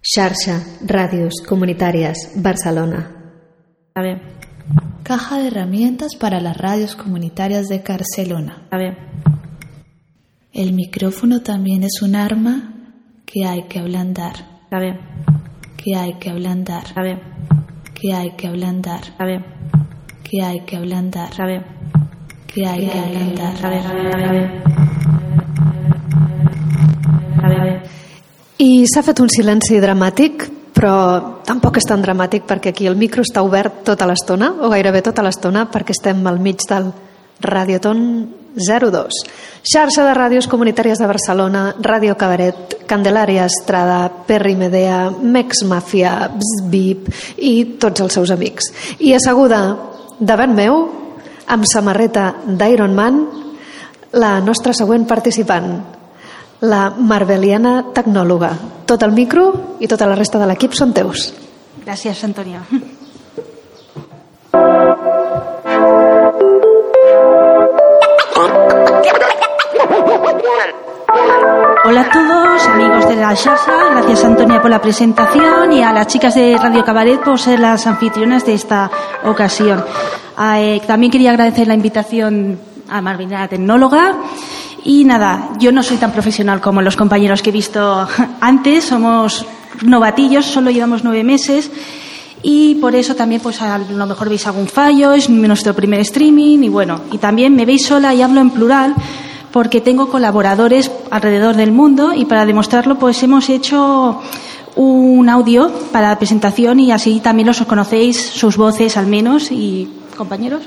Xarxa Radios Comunitarias Barcelona. A ver. Caja de herramientas para las radios comunitarias de Barcelona. A ver. El micrófono también es un arma que hay que ablandar. A ver. Que hay que ablandar. A ver. Que hay que ablandar. A ver. Que hay que ablandar. A ver. Que hay que ablandar. A ver, a ver, a ver. A ver, a ver. I s'ha fet un silenci dramàtic, però tampoc és tan dramàtic perquè aquí el micro està obert tota l'estona, o gairebé tota l'estona, perquè estem al mig del Radioton 02. Xarxa de ràdios comunitàries de Barcelona, Ràdio Cabaret, Candelària Estrada, Perry Medea, Mex Màfia, Bzbip i tots els seus amics. I asseguda davant meu, amb samarreta d'Iron Man, la nostra següent participant, la Marbeliana Tecnòloga. Tot el micro i tota la resta de l'equip són teus. Gràcies, Antonio. Hola a todos, amigos de la Xarxa. Gracias, Antonia, por la presentación y a las chicas de Radio Cabaret por ser las anfitrionas de esta ocasión. También quería agradecer la invitación a Marbeliana Tecnóloga. Y nada, yo no soy tan profesional como los compañeros que he visto antes, somos novatillos, solo llevamos 9 meses y por eso también pues a lo mejor veis algún fallo, es nuestro primer streaming y bueno, y también me veis sola y hablo en plural porque tengo colaboradores alrededor del mundo y para demostrarlo pues hemos hecho un audio para la presentación y así también los conocéis, sus voces al menos y compañeros.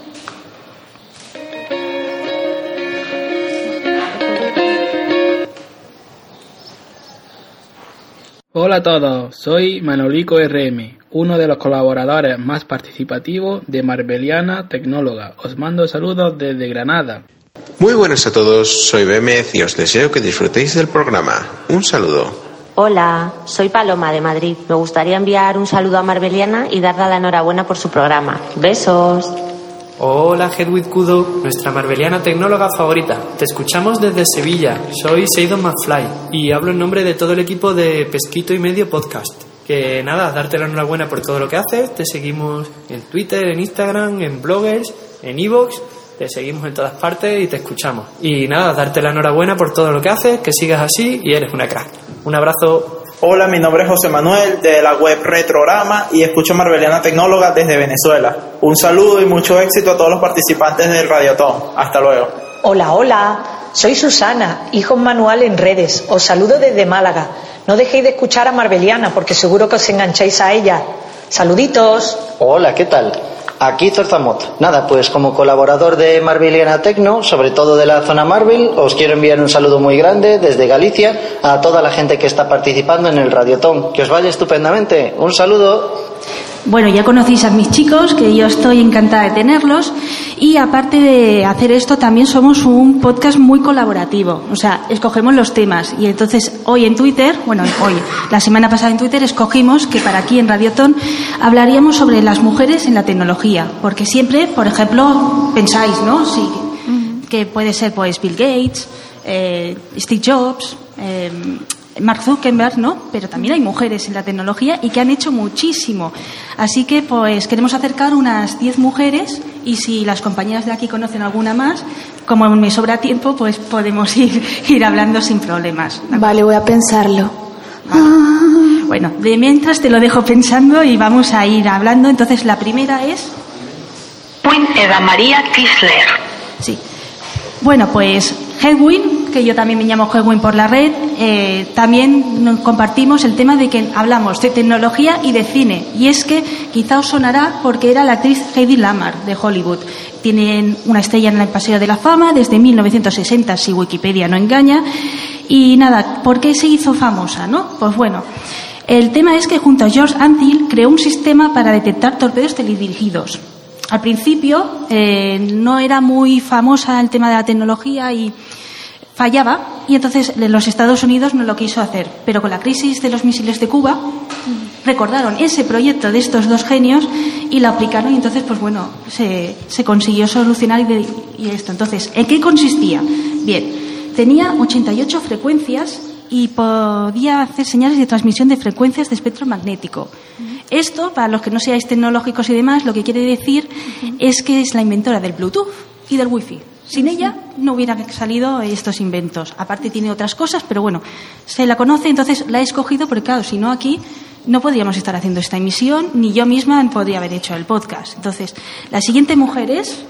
Hola a todos, soy Manolico RM, uno de los colaboradores más participativos de Marbeliana Tecnóloga. Os mando saludos desde Granada. Muy buenas a todos, soy Bémez y os deseo que disfrutéis del programa. Un saludo. Hola, soy Paloma de Madrid. Me gustaría enviar un saludo a Marbeliana y darle la enhorabuena por su programa. Besos. Hola, Hedwig Kudo, nuestra Marbeliana Tecnóloga favorita. Te escuchamos desde Sevilla. Soy Seidon McFly y hablo en nombre de todo el equipo de Pesquito y Medio Podcast. Que nada, darte la enhorabuena por todo lo que haces. Te seguimos en Twitter, en Instagram, en Bloggers, en iVoox. Te seguimos en todas partes y te escuchamos. Y nada, darte la enhorabuena por todo lo que haces, que sigas así y eres una crack. Un abrazo. Hola, mi nombre es José Manuel de la web Retrograma y escucho Marbeliana Tecnóloga desde Venezuela. Un saludo y mucho éxito a todos los participantes del Radiotón. Hasta luego. Hola, soy Susana, hijo manual en redes. Os saludo desde Málaga. No dejéis de escuchar a Marbeliana porque seguro que os engancháis a ella. Saluditos. Hola, ¿qué tal? Aquí Zorzamot. Nada, pues como colaborador de Marbeliana Tecno, sobre todo de la zona Marvel, os quiero enviar un saludo muy grande desde Galicia a toda la gente que está participando en el Radiotón. Que os vaya estupendamente. Un saludo. Bueno, ya conocéis a mis chicos, que yo estoy encantada de tenerlos y aparte de hacer esto también somos un podcast muy colaborativo, o sea, escogemos los temas y entonces hoy en Twitter, la semana pasada en Twitter escogimos que para aquí en Radiotón hablaríamos sobre las mujeres en la tecnología, porque siempre, por ejemplo, pensáis, ¿no? Sí, que puede ser pues Bill Gates, Steve Jobs, Mark Zuckerberg, ¿no? Pero también hay mujeres en la tecnología y que han hecho muchísimo. Así que, pues, queremos acercar unas 10 mujeres y si las compañeras de aquí conocen alguna más, como me sobra tiempo, pues podemos ir hablando sin problemas. Vale, voy a pensarlo. Vale. Bueno, de mientras te lo dejo pensando y vamos a ir hablando. Entonces, la primera es... Eva María Kisler. Sí. Bueno, pues Hedwig, que yo también me llamo Hedwig por la red, también compartimos el tema de que hablamos de tecnología y de cine. Y es que quizá os sonará porque era la actriz Heidi Lamar de Hollywood. Tienen una estrella en el Paseo de la Fama desde 1960, si Wikipedia no engaña. Y nada, ¿por qué se hizo famosa, no? Pues bueno, el tema es que junto a George Antheil creó un sistema para detectar torpedos teledirigidos. Al principio no era muy famosa el tema de la tecnología y fallaba y entonces los Estados Unidos no lo quiso hacer. Pero con la crisis de los misiles de Cuba recordaron ese proyecto de estos dos genios y lo aplicaron y entonces pues bueno, se consiguió solucionar y esto. Entonces, ¿en qué consistía? Bien, tenía 88 frecuencias y podía hacer señales de transmisión de frecuencias de espectro magnético. Esto, para los que no seáis tecnológicos y demás, lo que quiere decir es que es la inventora del Bluetooth y del Wi-Fi. Sin ella no hubieran salido estos inventos. Aparte tiene otras cosas, pero bueno, se la conoce, entonces la he escogido porque, claro, si no aquí no podríamos estar haciendo esta emisión, ni yo misma podría haber hecho el podcast. Entonces, la siguiente mujer es...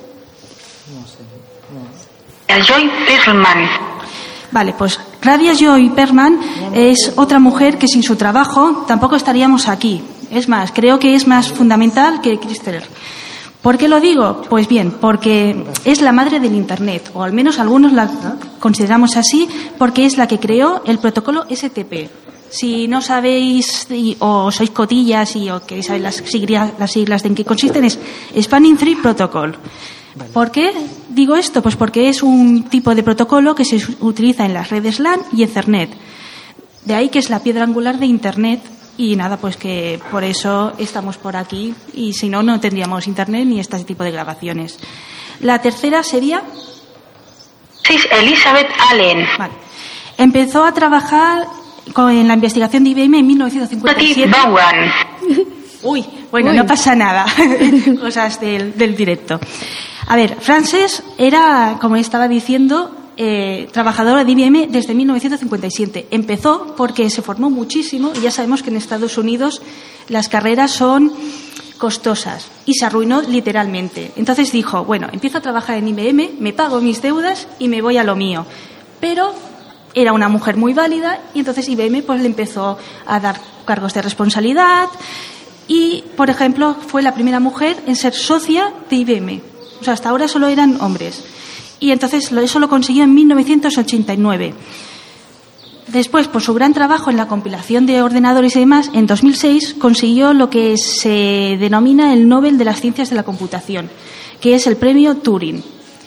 Joy Perlman. Vale, pues Claudia Joy Perlman es otra mujer que sin su trabajo tampoco estaríamos aquí. Es más, creo que es más fundamental que Christopher. ¿Por qué lo digo? Pues bien, porque es la madre del Internet, o al menos algunos la consideramos así, porque es la que creó el protocolo STP. Si no sabéis o sois cotillas o queréis saber las siglas de en qué consisten, es Spanning Tree Protocol. ¿Por qué digo esto? Pues porque es un tipo de protocolo que se utiliza en las redes LAN y Ethernet. De ahí que es la piedra angular de Internet. Y nada, pues que por eso estamos por aquí y si no, no tendríamos internet ni este tipo de grabaciones. La tercera sería... Elizabeth Allen. Vale. Empezó a trabajar en la investigación de IBM en 1957. Uy, bueno, no pasa nada. Cosas del directo. A ver, Frances era, como estaba diciendo... trabajadora de IBM desde 1957. Empezó porque se formó muchísimo y ya sabemos que en Estados Unidos las carreras son costosas y se arruinó literalmente. Entonces dijo, bueno, empiezo a trabajar en IBM, me pago mis deudas y me voy a lo mío. Pero era una mujer muy válida y entonces IBM pues le empezó a dar cargos de responsabilidad y, por ejemplo, fue la primera mujer en ser socia de IBM. O sea, hasta ahora solo eran hombres. Y entonces eso lo consiguió en 1989. Después, por su gran trabajo en la compilación de ordenadores y demás, en 2006 consiguió lo que se denomina el Nobel de las Ciencias de la Computación, que es el premio Turing.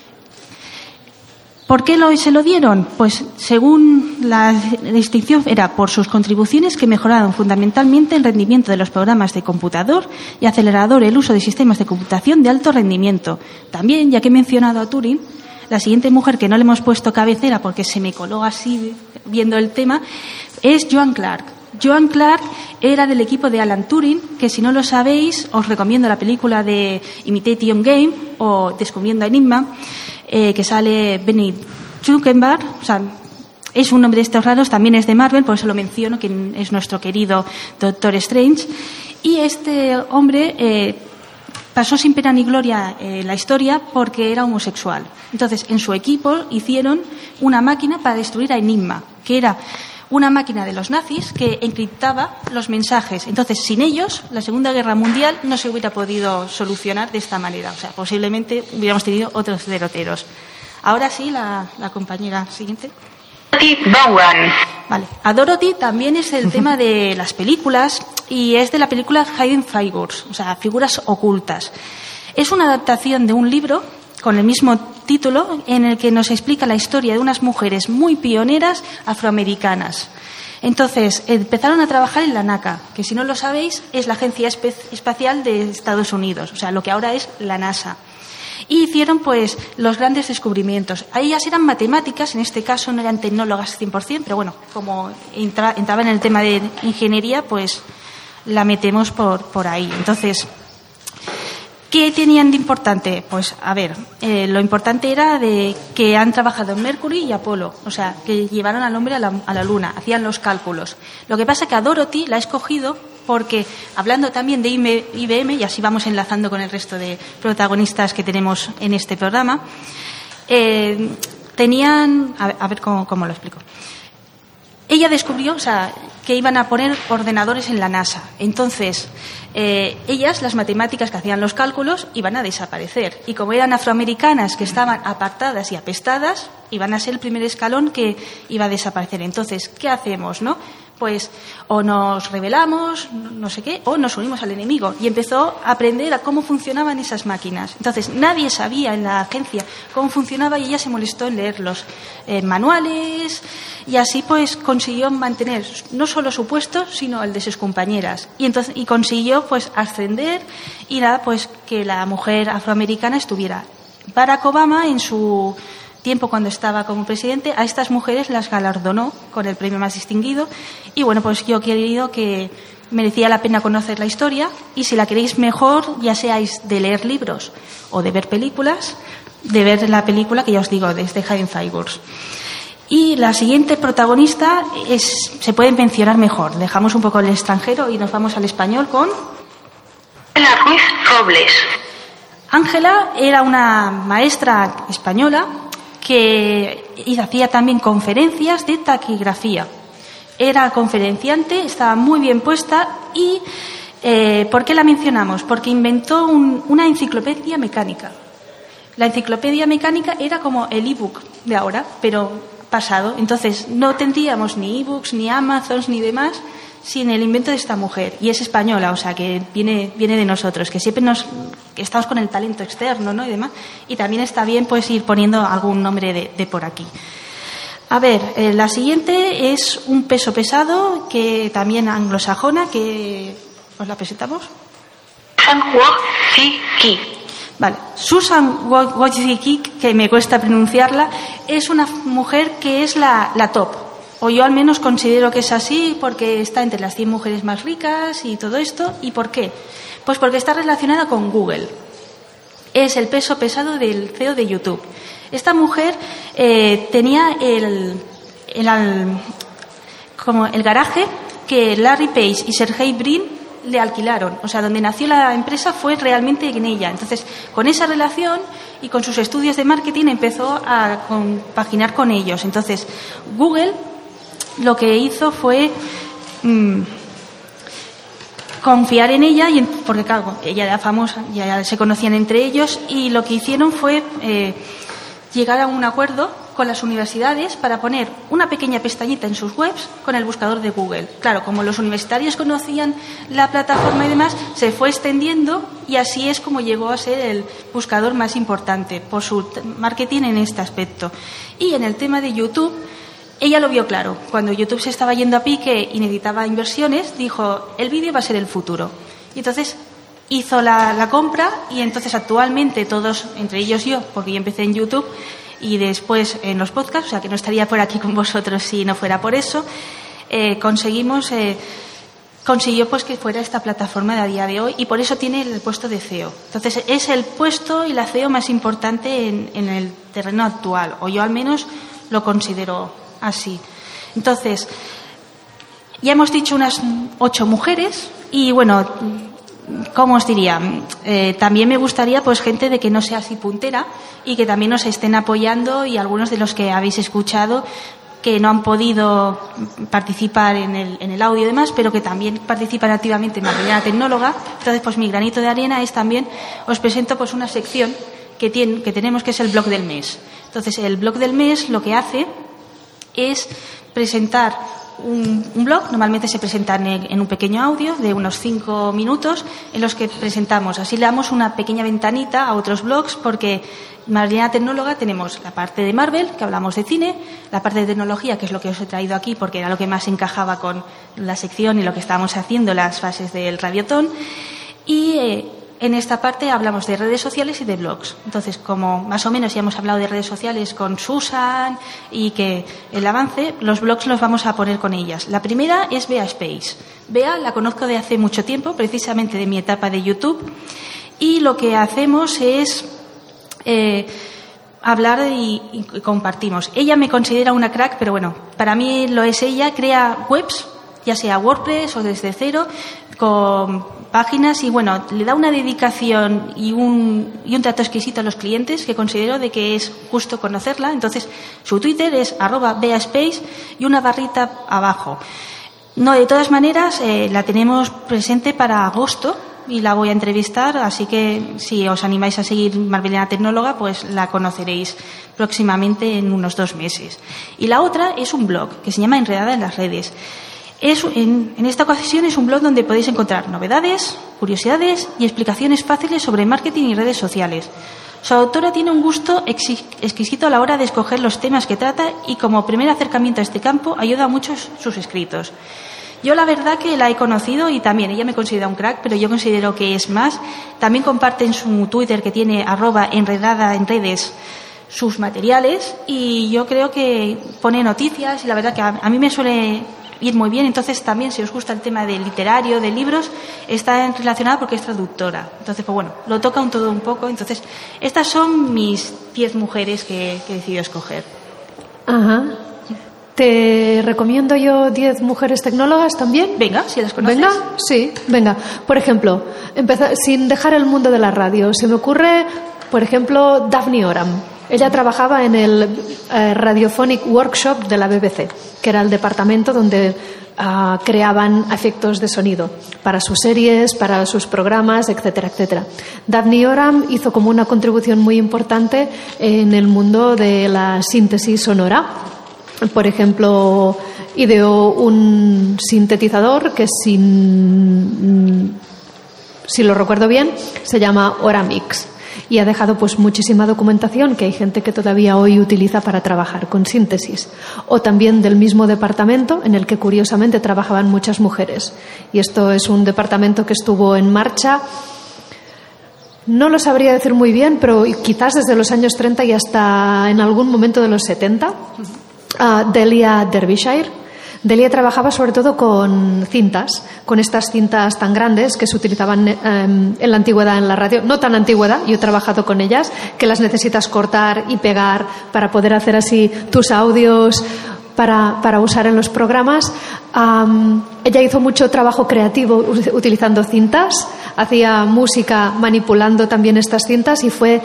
¿Por qué se lo dieron? Pues según la distinción era por sus contribuciones que mejoraron fundamentalmente el rendimiento de los programas de computador y acelerador el uso de sistemas de computación de alto rendimiento. También, ya que he mencionado a Turing, la siguiente mujer que no le hemos puesto cabecera porque se me coló así viendo el tema es Joan Clark. Joan Clark era del equipo de Alan Turing, que si no lo sabéis os recomiendo la película de Imitation Game o Descubriendo a Enigma, que sale Benedict Cumberbatch. O sea, es un nombre de estos raros, también es de Marvel, por eso lo menciono, que es nuestro querido Doctor Strange. Y este hombre pasó sin pena ni gloria la historia porque era homosexual. Entonces, en su equipo hicieron una máquina para destruir a Enigma, que era una máquina de los nazis que encriptaba los mensajes. Entonces, sin ellos, la Segunda Guerra Mundial no se hubiera podido solucionar de esta manera. O sea, posiblemente hubiéramos tenido otros deroteros. Ahora sí, la compañera siguiente. Vale. A Dorothy también es el tema de las películas y es de la película Hidden Figures, o sea, figuras ocultas. Es una adaptación de un libro con el mismo título en el que nos explica la historia de unas mujeres muy pioneras afroamericanas. Entonces, empezaron a trabajar en la NACA, que si no lo sabéis es la Agencia Espacial de Estados Unidos, o sea, lo que ahora es la NASA. Y hicieron pues los grandes descubrimientos. Ellas eran matemáticas, en este caso no eran tecnólogas 100%, pero bueno, como entraba en el tema de ingeniería, pues la metemos por ahí. Entonces, ¿qué tenían de importante? Pues a ver, lo importante era de que han trabajado en Mercury y Apolo, o sea, que llevaron al hombre a la Luna, hacían los cálculos. Lo que pasa es que a Dorothy la he escogido porque, hablando también de IBM, y así vamos enlazando con el resto de protagonistas que tenemos en este programa, tenían... A ver cómo lo explico. Ella descubrió, o sea, que iban a poner ordenadores en la NASA. Entonces, ellas, las matemáticas que hacían los cálculos, iban a desaparecer. Y como eran afroamericanas que estaban apartadas y apestadas, iban a ser el primer escalón que iba a desaparecer. Entonces, ¿qué hacemos, no? Pues o nos rebelamos, no sé qué, o nos unimos al enemigo. Y empezó a aprender a cómo funcionaban esas máquinas. Entonces, nadie sabía en la agencia cómo funcionaba y ella se molestó en leer los manuales y así pues consiguió mantener no solo su puesto, sino el de sus compañeras. Y consiguió pues ascender y nada, pues que la mujer afroamericana estuviera. Barack Obama en su tiempo cuando estaba como presidente, a estas mujeres las galardonó con el premio más distinguido. Y bueno, pues yo he querido que merecía la pena conocer la historia, y si la queréis mejor, ya seáis de leer libros o de ver películas, de ver la película que ya os digo, desde Hidden Fibers. Y la siguiente protagonista se puede mencionar mejor. Dejamos un poco el extranjero y nos vamos al español con Ángela Ruiz Robles. Ángela era una maestra española que hacía también conferencias de taquigrafía. Era conferenciante, estaba muy bien puesta y ¿por qué la mencionamos? Porque inventó una enciclopedia mecánica. La enciclopedia mecánica era como el ebook de ahora, pero pasado. Entonces no tendríamos ni ebooks, ni Amazons, ni demás sin el invento de esta mujer. Y es española, o sea que viene de nosotros, que siempre que estamos con el talento externo, ¿no? Y demás. Y también está bien pues ir poniendo algún nombre de por aquí. A ver, la siguiente es un peso pesado, que también anglosajona, que os la presentamos. Susan Wojcicki. Vale, Susan Wojcicki, que me cuesta pronunciarla, es una mujer que es la top. O yo al menos considero que es así, porque está entre las 100 mujeres más ricas y todo esto. ¿Y por qué? Pues porque está relacionada con Google. Es el peso pesado del CEO de YouTube. Esta mujer tenía como el garaje que Larry Page y Sergey Brin le alquilaron. O sea, donde nació la empresa fue realmente en ella. Entonces, con esa relación y con sus estudios de marketing empezó a compaginar con ellos. Entonces, Google lo que hizo fue confiar en ella, porque claro, ella era famosa, ya se conocían entre ellos, y lo que hicieron fue llegar a un acuerdo con las universidades para poner una pequeña pestañita en sus webs con el buscador de Google. Claro, como los universitarios conocían la plataforma y demás, se fue extendiendo y así es como llegó a ser el buscador más importante por su marketing en este aspecto. Y en el tema de YouTube, ella lo vio claro. Cuando YouTube se estaba yendo a pique y necesitaba inversiones, dijo, el vídeo va a ser el futuro. Y entonces hizo la compra, y entonces actualmente todos, entre ellos yo, porque yo empecé en YouTube y después en los podcasts, o sea que no estaría por aquí con vosotros si no fuera por eso, consiguió pues que fuera esta plataforma de a día de hoy, y por eso tiene el puesto de CEO. Entonces es el puesto y la CEO más importante en el terreno actual, o yo al menos lo considero así. Entonces, ya hemos dicho unas 8 mujeres, y bueno, ¿cómo os diría? También me gustaría pues gente de que no sea así puntera y que también nos estén apoyando, y algunos de los que habéis escuchado que no han podido participar en el audio y demás, pero que también participan activamente en Marbeliana Tecnóloga. Entonces, pues mi granito de arena es también, os presento pues una sección que tenemos, que es el blog del mes. Entonces, el blog del mes lo que hace es presentar un blog. Normalmente se presenta en un pequeño audio de unos 5 minutos, en los que presentamos, así le damos una pequeña ventanita a otros blogs, porque en Marbeliana Tecnóloga tenemos la parte de Marvel, que hablamos de cine, la parte de tecnología, que es lo que os he traído aquí porque era lo que más encajaba con la sección y lo que estábamos haciendo, las fases del Radiotón, y en esta parte hablamos de redes sociales y de blogs. Entonces, como más o menos ya hemos hablado de redes sociales con Susan y que el avance, los blogs los vamos a poner con ellas. La primera es Bea Space. Bea la conozco de hace mucho tiempo, precisamente de mi etapa de YouTube, y lo que hacemos es hablar y compartimos. Ella me considera una crack, pero bueno, para mí lo es ella. Crea webs, ya sea WordPress o desde cero, con páginas, y bueno, le da una dedicación y un trato exquisito a los clientes que considero de que es justo conocerla. Entonces, su Twitter es @beaspace y una barrita abajo. No, de todas maneras, la tenemos presente para agosto y la voy a entrevistar, así que si os animáis a seguir Marbeliana Tecnóloga, pues la conoceréis próximamente en unos 2 meses. Y la otra es un blog que se llama Enredada en las Redes. En esta ocasión es un blog donde podéis encontrar novedades, curiosidades y explicaciones fáciles sobre marketing y redes sociales. Su autora tiene un gusto exquisito a la hora de escoger los temas que trata, y como primer acercamiento a este campo ayuda a muchos sus escritos. Yo la verdad que la he conocido, y también ella me considera un crack, pero yo considero que es más. También comparte en su Twitter, que tiene @enredada en redes, sus materiales, y yo creo que pone noticias y la verdad que a mí me suele ir muy bien. Entonces también, si os gusta el tema de literario, de libros, está relacionada porque es traductora. Entonces, pues bueno, lo toca todo un poco. Entonces, estas son mis 10 mujeres que he decidido escoger. Ajá. ¿Te recomiendo yo 10 mujeres tecnólogas también? Venga, si las conoces. Venga, sí, venga. Por ejemplo, sin dejar el mundo de la radio, se me ocurre, por ejemplo, Daphne Oram. Ella trabajaba en el Radiophonic Workshop de la BBC, que era el departamento donde creaban efectos de sonido para sus series, para sus programas, etcétera, etcétera. Daphne Oram hizo como una contribución muy importante en el mundo de la síntesis sonora. Por ejemplo, ideó un sintetizador que, si lo recuerdo bien, se llama Oramix. Y ha dejado pues muchísima documentación que hay gente que todavía hoy utiliza para trabajar con síntesis. O también del mismo departamento en el que curiosamente trabajaban muchas mujeres. Y esto es un departamento que estuvo en marcha, no lo sabría decir muy bien, pero quizás desde los años 30 y hasta en algún momento de los 70. Delia Derbyshire. Delia trabajaba sobre todo con cintas, con estas cintas tan grandes que se utilizaban en la antigüedad en la radio. No tan antigüedad, yo he trabajado con ellas, que las necesitas cortar y pegar para poder hacer así tus audios para usar en los programas. Ella hizo mucho trabajo creativo utilizando cintas, hacía música manipulando también estas cintas y fue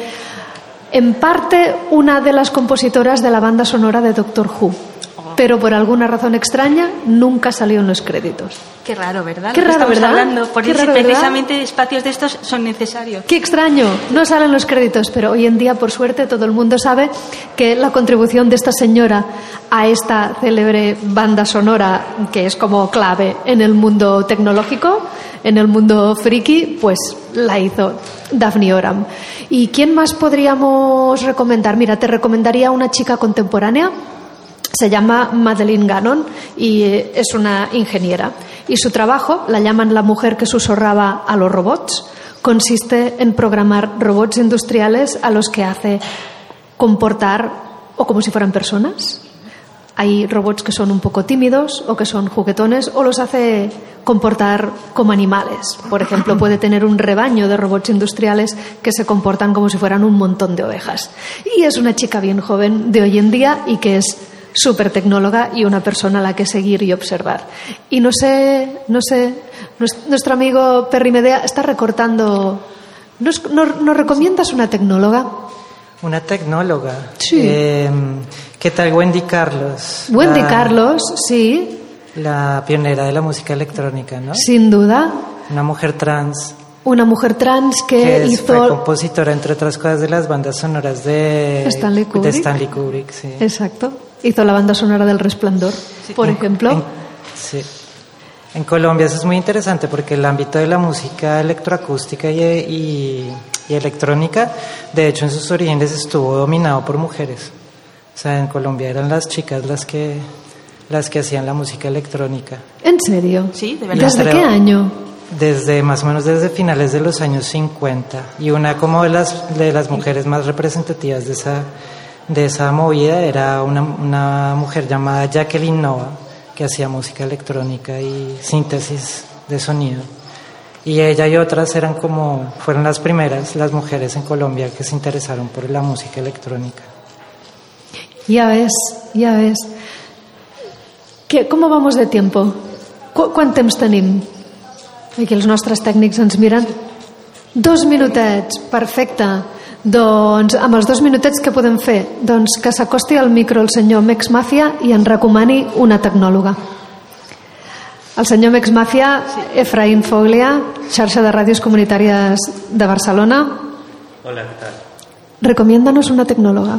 en parte una de las compositoras de la banda sonora de Doctor Who. Pero por alguna razón extraña nunca salió en los créditos. Qué raro, ¿verdad? Qué raro, ¿verdad? Hablando, porque Qué raro, precisamente ¿verdad? Espacios de estos son necesarios. Qué extraño, no salen los créditos, pero hoy en día, por suerte, todo el mundo sabe que la contribución de esta señora a esta célebre banda sonora, que es como clave en el mundo tecnológico, en el mundo friki, pues la hizo Daphne Oram. ¿Y quién más podríamos recomendar? Mira, te recomendaría una chica contemporánea. Se llama Madeleine Gannon y es una ingeniera. Y su trabajo, la llaman la mujer que susurraba a los robots, consiste en programar robots industriales a los que hace comportar o como si fueran personas. Hay robots que son un poco tímidos o que son juguetones o los hace comportar como animales. Por ejemplo, puede tener un rebaño de robots industriales que se comportan como si fueran un montón de ovejas. Y es una chica bien joven de hoy en día y que es súper tecnóloga y una persona a la que seguir y observar. Y no sé, nuestro amigo Perry Medea está recortando. ¿Nos recomiendas una tecnóloga? Una tecnóloga. Sí. ¿Qué tal Wendy Carlos? Wendy Carlos, sí. La pionera de la música electrónica, ¿no? Sin duda. Una mujer trans. Una mujer trans que fue compositora, entre otras cosas, de las bandas sonoras de Stanley Kubrick, sí. Exacto. Hizo la banda sonora del Resplandor, por ejemplo. Sí. En Colombia eso es muy interesante porque el ámbito de la música electroacústica y electrónica, de hecho, en sus orígenes estuvo dominado por mujeres. O sea, en Colombia eran las chicas las que hacían la música electrónica. ¿En serio? Sí, de verdad. ¿Desde qué año? Más o menos desde finales de los años 50. Y una como de las mujeres más representativas de esa movida era una mujer llamada Jacqueline Nova, que hacía música electrónica y síntesis de sonido. Y ella y otras fueron las primeras, las mujeres en Colombia que se interesaron por la música electrónica. Ya ves. Com vamos de tiempo? Quant temps tenim? Aquí els nostres tècnics ens miren. 2 minutets, perfecte. Doncs amb els 2 minutets què podem fer? Doncs que s'acosti al micro el senyor Mex Mafia i ens recomani una tecnòloga. El senyor Mex Mafia, Efraín Foglia, xarxa de ràdios comunitàries de Barcelona. Hola, ¿qué tal? Recomiéndanos una tecnóloga.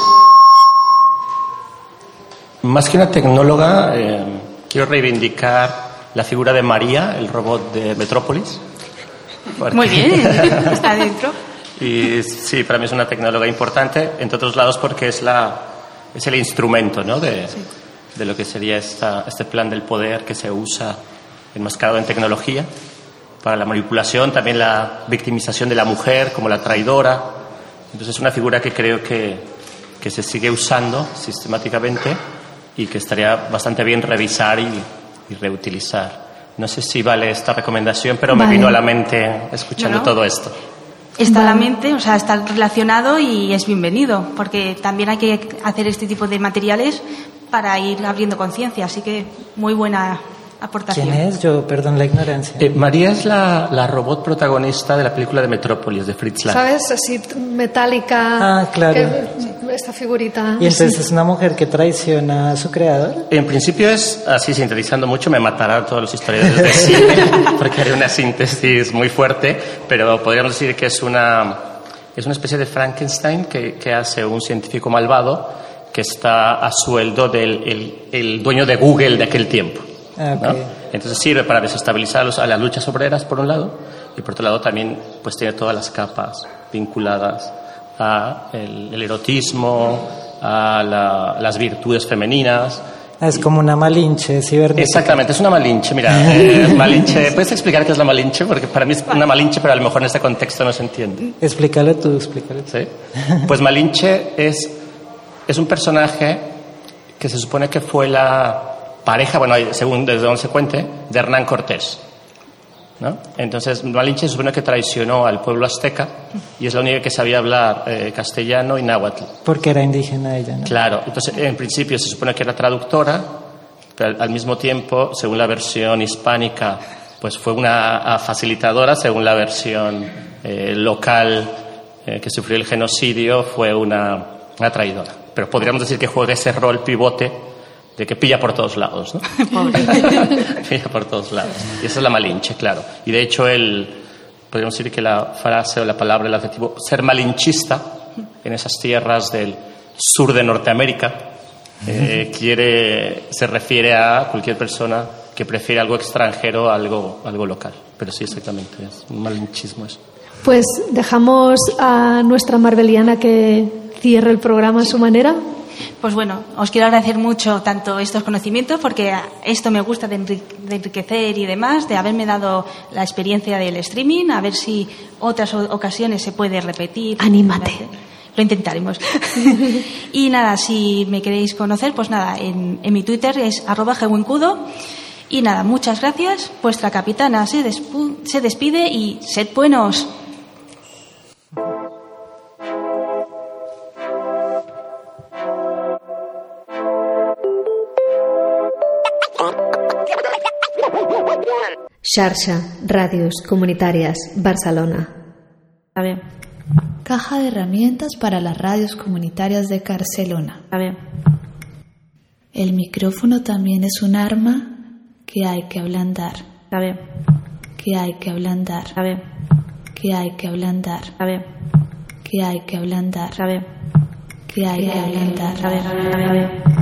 Más que una tecnóloga, quiero reivindicar la figura de María, el robot de Metrópolis. Muy bien, está dentro. Y sí, para mí es una tecnóloga importante, entre otros lados porque es el instrumento, ¿no? de lo que sería este plan del poder que se usa enmascarado en tecnología para la manipulación, también la victimización de la mujer como la traidora. Entonces es una figura que creo que que se sigue usando sistemáticamente y que estaría bastante bien revisar y reutilizar. No sé si vale esta recomendación, pero me vino a la mente escuchando todo esto. Está a la mente, o sea, está relacionado y es bienvenido, porque también hay que hacer este tipo de materiales para ir abriendo conciencia, así que muy buena aportación. ¿Quién es? Yo, perdón la ignorancia. María es la robot protagonista de la película de Metrópolis, de Fritz Lang. ¿Sabes? Así metálica. Ah, claro. Esta figurita. ¿Y entonces es una mujer que traiciona a su creador? En principio es, así sintetizando mucho, me matarán todos los historiadores de cine, porque haré una síntesis muy fuerte, pero podríamos decir que es una especie de Frankenstein que hace un científico malvado que está a sueldo del dueño de Google de aquel tiempo. Okay. ¿No? Entonces sirve para desestabilizar a las luchas obreras por un lado, y por otro lado también pues tiene todas las capas vinculadas a el erotismo, a las virtudes femeninas. Es como una Malinche cibernética. Exactamente, es una Malinche. Mira, Malinche, ¿puedes explicar qué es la Malinche? Porque para mí es una Malinche, pero a lo mejor en este contexto no se entiende. Explícalo tú. ¿Sí? Pues Malinche es un personaje que se supone que fue la pareja, bueno, según desde donde se cuente, de Hernán Cortés, ¿no? Entonces Malinche se supone que traicionó al pueblo azteca y es la única que sabía hablar castellano y náhuatl. Porque era indígena ella, ¿no? Claro, entonces en principio se supone que era traductora, pero al mismo tiempo, según la versión hispánica, pues fue una facilitadora, según la versión local que sufrió el genocidio, fue una traidora. Pero podríamos decir que juega ese rol pivote de que pilla por todos lados, ¿no? Pilla por todos lados. Y esa es la Malinche, claro. Y de hecho podríamos decir que la frase o la palabra, el adjetivo, ser malinchista en esas tierras del sur de Norteamérica, se refiere a cualquier persona que prefiere algo extranjero a algo local. Pero sí, exactamente, es un malinchismo eso. Pues dejamos a nuestra Marbeliana que cierre el programa a su manera. Pues bueno, os quiero agradecer mucho tanto estos conocimientos, porque esto me gusta de enriquecer y demás, de haberme dado la experiencia del streaming, a ver si otras ocasiones se puede repetir. Anímate. Lo intentaremos. Y nada, si me queréis conocer, pues nada, en mi Twitter es @gewincudo. Y nada, muchas gracias. Vuestra capitana se despide y sed buenos. Xarxa, Ràdios Comunitàries, Barcelona. A ver. Caja de herramientas para las radios comunitarias de Barcelona. A ver. El micrófono también es un arma que hay que ablandar. A ver. Que hay que ablandar. A ver. Que hay que ablandar. A ver. Que hay que ablandar. A ver. Que hay que ablandar. A ver.